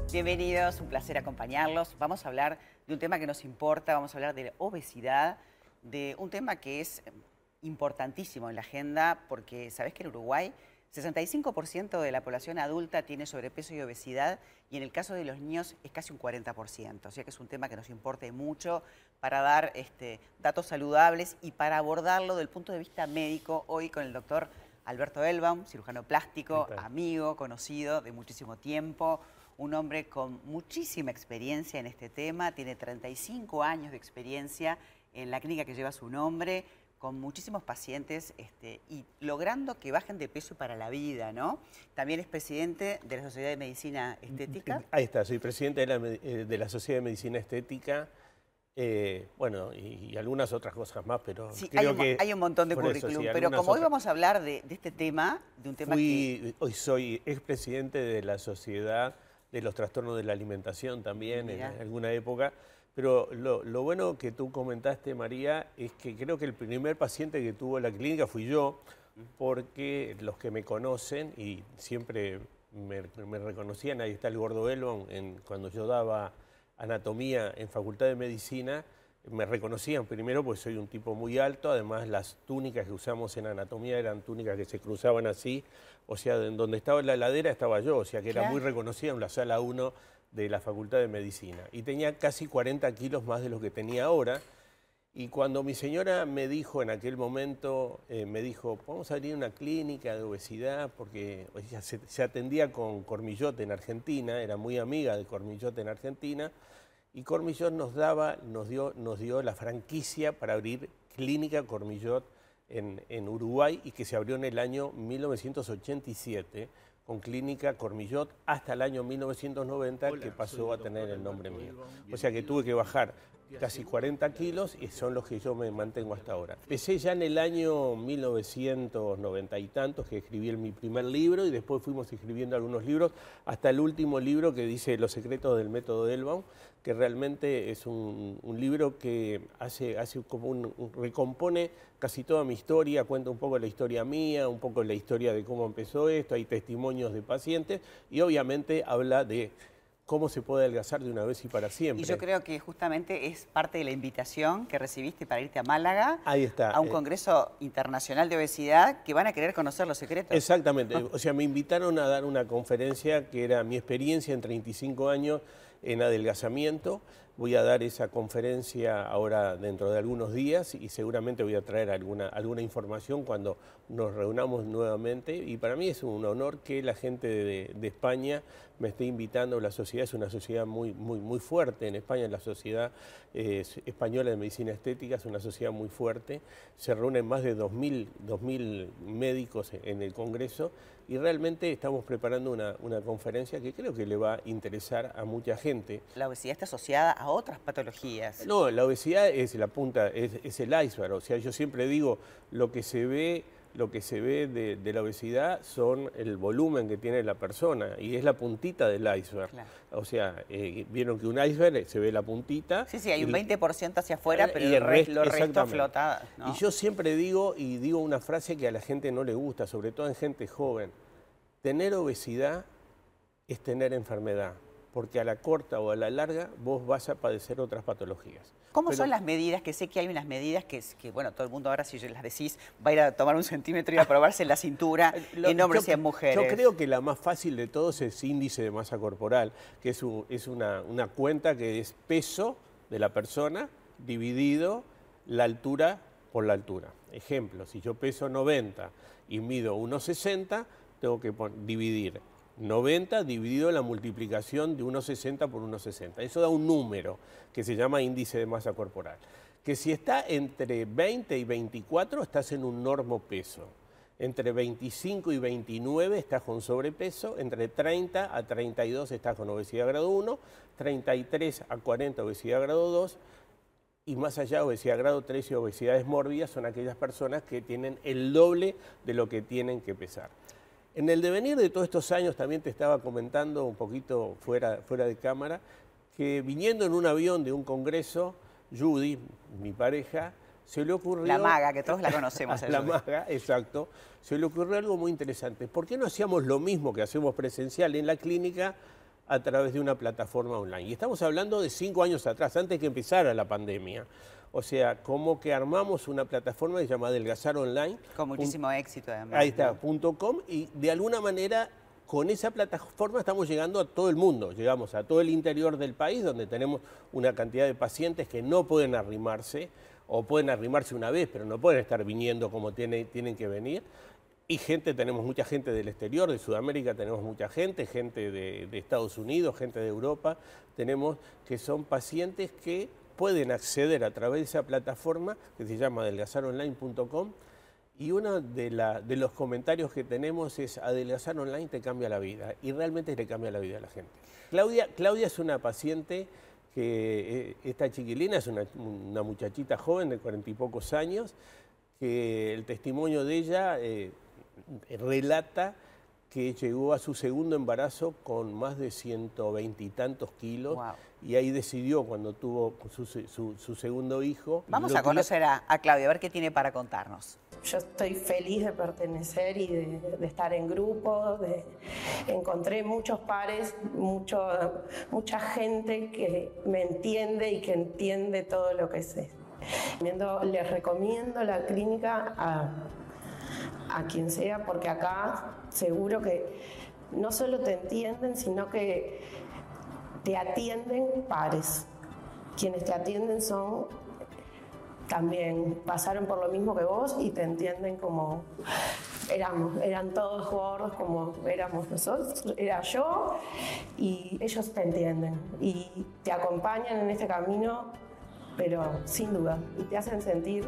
Bienvenidos, un placer acompañarlos. Vamos a hablar de un tema que nos importa, vamos a hablar de la obesidad, de un tema que es importantísimo en la agenda porque sabés que en Uruguay 65% de la población adulta tiene sobrepeso y obesidad y en el caso de los niños es casi un 40%. O sea que es un tema que nos importa mucho para dar datos saludables y para abordarlo desde el punto de vista médico hoy con el doctor Alberto Elbaum, cirujano plástico, amigo, conocido de muchísimo tiempo. Un hombre con muchísima experiencia en este tema, tiene 35 años de experiencia en la clínica que lleva su nombre, con muchísimos pacientes y logrando que bajen de peso para la vida, ¿no? También es presidente de la Sociedad de Medicina Estética. Ahí está, soy presidente de la Sociedad de Medicina Estética. Bueno, y algunas otras cosas más, pero sí, creo que hay un montón de currículum, sí, pero como hoy vamos a hablar de este tema, de un tema Hoy soy expresidente de la Sociedad de los Trastornos de la Alimentación también. Mirá. En alguna época. Pero lo bueno que tú comentaste, María, es que creo que el primer paciente que tuvo la clínica fui yo, porque los que me conocen y siempre me reconocían, ahí está el gordo Elbaum, cuando yo daba anatomía en Facultad de Medicina, me reconocían primero porque soy un tipo muy alto, además las túnicas que usamos en anatomía eran túnicas que se cruzaban así, o sea, en donde estaba la heladera estaba yo, o sea que era muy reconocida en la sala 1 de la Facultad de Medicina. Y tenía casi 40 kilos más de lo que tenía ahora. Y cuando mi señora me dijo en aquel momento, me dijo, vamos a abrir una clínica de obesidad, porque ella se atendía con Cormillot en Argentina, era muy amiga de Cormillot en Argentina, y Cormillot nos dio la franquicia para abrir Clínica Cormillot en Uruguay, y que se abrió en el año 1987, con Clínica Cormillot hasta el año 1990, que pasó a tener el nombre mío. O sea que tuve que bajar casi 40 kilos y son los que yo me mantengo hasta ahora. Empecé ya en el año 1990 y tantos, que escribí mi primer libro, y después fuimos escribiendo algunos libros, hasta el último libro que dice Los secretos del método Elbaum, que realmente es un libro que hace como recompone casi toda mi historia, cuenta un poco la historia mía, un poco la historia de cómo empezó esto, hay testimonios de pacientes y obviamente habla de cómo se puede adelgazar de una vez y para siempre. Y yo creo que justamente es parte de la invitación que recibiste para irte a Málaga. Ahí está. A un congreso internacional de obesidad que van a querer conocer los secretos. Exactamente. O sea, me invitaron a dar una conferencia que era mi experiencia en 35 años en adelgazamiento. Voy a dar esa conferencia ahora dentro de algunos días y seguramente voy a traer alguna información cuando nos reunamos nuevamente. Y para mí es un honor que la gente de España me esté invitando. La sociedad es una sociedad muy fuerte. En España la Sociedad Española de Medicina Estética es una sociedad muy fuerte. Se reúnen más de 2.000 médicos en el Congreso y realmente estamos preparando una conferencia que creo que le va a interesar a mucha gente. La obesidad está asociada a otras patologías. No, la obesidad es la punta, es el iceberg. O sea, yo siempre digo, lo que se ve de la obesidad son el volumen que tiene la persona y es la puntita del iceberg. Claro. O sea, vieron que un iceberg se ve la puntita. Sí, hay un 20% hacia afuera, pero el resto flota, ¿no? Y yo siempre digo una frase que a la gente no le gusta, sobre todo en gente joven. Tener obesidad es tener enfermedad, porque a la corta o a la larga vos vas a padecer otras patologías. ¿Cómo son las medidas? Que sé que hay unas medidas que bueno, todo el mundo ahora, si las decís, va a ir a tomar un centímetro y a probarse en la cintura, en hombres y en mujeres. Yo creo que la más fácil de todos es índice de masa corporal, que es una cuenta que es peso de la persona dividido la altura por la altura. Ejemplo, si yo peso 90 y mido 1,60, tengo que dividir 90 dividido la multiplicación de 1,60 por 1,60. Eso da un número que se llama índice de masa corporal. Que si está entre 20 y 24 estás en un normopeso. Entre 25 y 29 estás con sobrepeso. Entre 30 a 32 estás con obesidad grado 1. 33 a 40 obesidad grado 2. Y más allá, obesidad grado 3 y obesidades mórbidas son aquellas personas que tienen el doble de lo que tienen que pesar. En el devenir de todos estos años, también te estaba comentando un poquito fuera de cámara, que viniendo en un avión de un congreso, Judy, mi pareja, se le ocurrió... La maga, que todos la conocemos. La maga, exacto. Se le ocurrió algo muy interesante. ¿Por qué no hacíamos lo mismo que hacemos presencial en la clínica, a través de una plataforma online. Y estamos hablando de 5 años atrás, antes que empezara la pandemia. O sea, como que armamos una plataforma que se llama Adelgazar Online. Con muchísimo éxito, además. Ahí está, ¿no? .com, y de alguna manera con esa plataforma estamos llegando a todo el mundo. Llegamos a todo el interior del país, donde tenemos una cantidad de pacientes que no pueden arrimarse, o pueden arrimarse una vez, pero no pueden estar viniendo como tienen que venir. Y tenemos mucha gente del exterior, de Sudamérica tenemos mucha gente de Estados Unidos, gente de Europa. Tenemos que son pacientes que pueden acceder a través de esa plataforma que se llama adelgazaronline.com, y uno de los comentarios que tenemos es: adelgazar online te cambia la vida, y realmente le cambia la vida a la gente. Claudia es una paciente que, esta chiquilina es una muchachita joven de 40 y pocos años, que el testimonio de ella relata que llegó a su segundo embarazo con más de 120 y tantos kilos. Wow. Y ahí decidió, cuando tuvo su segundo hijo... Vamos a conocer a Claudia, a ver qué tiene para contarnos. Yo estoy feliz de pertenecer y de estar en grupo. Encontré muchos pares, mucha gente que me entiende y que entiende todo lo que sé. Les recomiendo la clínica a quien sea, porque acá seguro que no solo te entienden, sino que te atienden pares. Quienes te atienden también pasaron por lo mismo que vos y te entienden como eran todos gordos como éramos nosotros, era yo, y ellos te entienden y te acompañan en este camino, pero sin duda, y te hacen sentir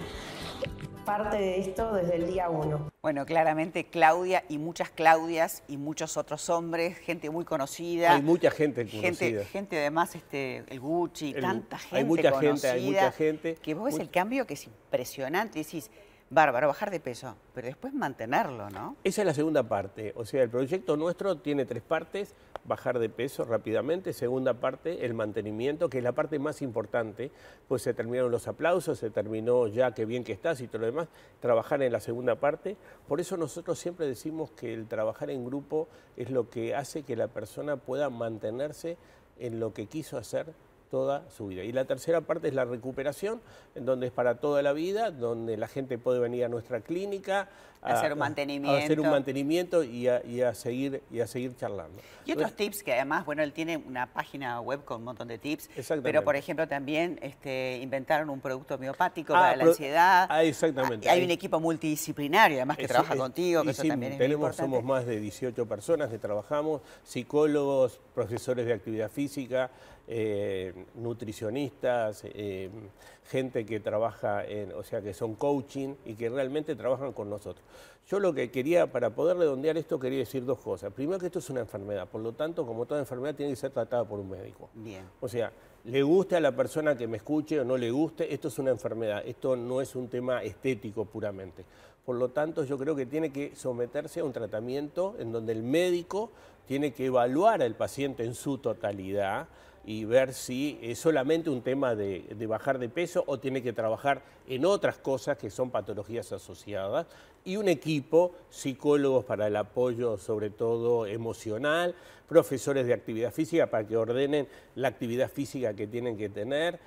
parte de esto desde el día 1. Bueno, claramente Claudia y muchas Claudias y muchos otros hombres, gente muy conocida. Hay mucha gente conocida. Gente además, el Gucci, tanta gente hay mucha conocida. Hay mucha gente. Que vos ves el cambio que es impresionante y decís, bárbaro, bajar de peso, pero después mantenerlo, ¿no? Esa es la segunda parte. O sea, el proyecto nuestro tiene 3 partes: bajar de peso rápidamente; segunda parte, el mantenimiento, que es la parte más importante, pues se terminaron los aplausos, se terminó ya qué bien que estás y todo lo demás, trabajar en la segunda parte. Por eso nosotros siempre decimos que el trabajar en grupo es lo que hace que la persona pueda mantenerse en lo que quiso hacer toda su vida. Y la tercera parte es la recuperación, en donde es para toda la vida, donde la gente puede venir a nuestra clínica a hacer un mantenimiento y a seguir charlando. Y otros tips que además, bueno, él tiene una página web con un montón de tips, pero por ejemplo también inventaron un producto homeopático para la ansiedad. Exactamente. Hay un equipo multidisciplinario además que trabaja contigo, que eso también es muy importante. Somos más de 18 personas que trabajamos, psicólogos, profesores de actividad física, nutricionistas, gente que trabaja o sea, que son coaching y que realmente trabajan con nosotros. Yo lo que quería, para poder redondear esto, quería decir 2 cosas. Primero, que esto es una enfermedad, por lo tanto, como toda enfermedad, tiene que ser tratada por un médico. Bien. O sea, le guste a la persona que me escuche o no le guste, esto es una enfermedad, esto no es un tema estético puramente. Por lo tanto, yo creo que tiene que someterse a un tratamiento en donde el médico tiene que evaluar al paciente en su totalidad y ver si es solamente un tema de bajar de peso o tiene que trabajar en otras cosas que son patologías asociadas, y un equipo, psicólogos para el apoyo sobre todo emocional, profesores de actividad física para que ordenen la actividad física que tienen que tener,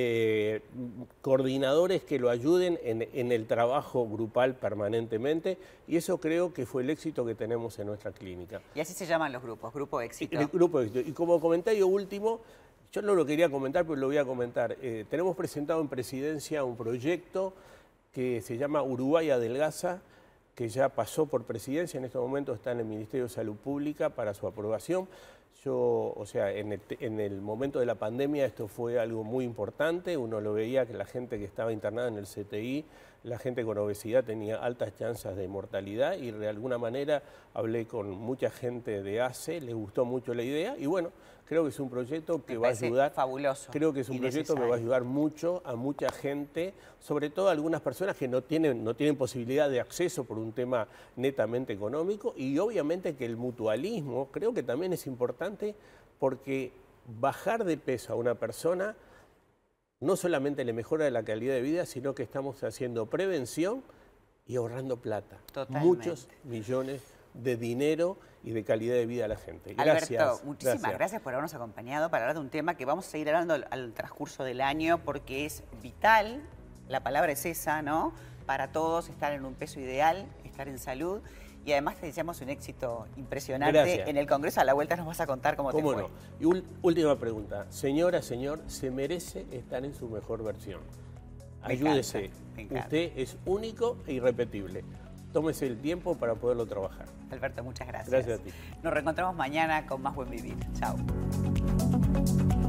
coordinadores que lo ayuden en el trabajo grupal permanentemente, y eso creo que fue el éxito que tenemos en nuestra clínica. Y así se llaman los grupos, Grupo Éxito. El Grupo Éxito. Y como comentario último, yo no lo quería comentar, pero lo voy a comentar. Tenemos presentado en Presidencia un proyecto que se llama Uruguay Adelgaza, que ya pasó por Presidencia, en este momento está en el Ministerio de Salud Pública para su aprobación. O sea, en el momento de la pandemia esto fue algo muy importante, uno lo veía que la gente que estaba internada en el CTI, la gente con obesidad tenía altas chances de mortalidad, y de alguna manera hablé con mucha gente de ACE, les gustó mucho la idea, y bueno, creo que es un proyecto que va a ayudar. Fabuloso. Creo que es un proyecto que va a ayudar mucho a mucha gente, sobre todo a algunas personas que no tienen posibilidad de acceso por un tema netamente económico, y obviamente que el mutualismo creo que también es importante, porque bajar de peso a una persona no solamente le mejora la calidad de vida, sino que estamos haciendo prevención y ahorrando plata. Totalmente. Muchos millones de dinero y de calidad de vida a la gente. Gracias. Alberto, muchísimas gracias por habernos acompañado para hablar de un tema que vamos a seguir hablando al transcurso del año porque es vital, la palabra es esa, ¿no? Para todos estar en un peso ideal, estar en salud y además te deseamos un éxito impresionante. Gracias. En el Congreso a la vuelta nos vas a contar cómo te fue. No. Y última pregunta. Señora, señor, ¿se merece estar en su mejor versión? Ayúdese. Me encanta. Usted es único e irrepetible. Tómese el tiempo para poderlo trabajar. Alberto, muchas gracias. Gracias a ti. Nos reencontramos mañana con más Buen Vivir. Chao.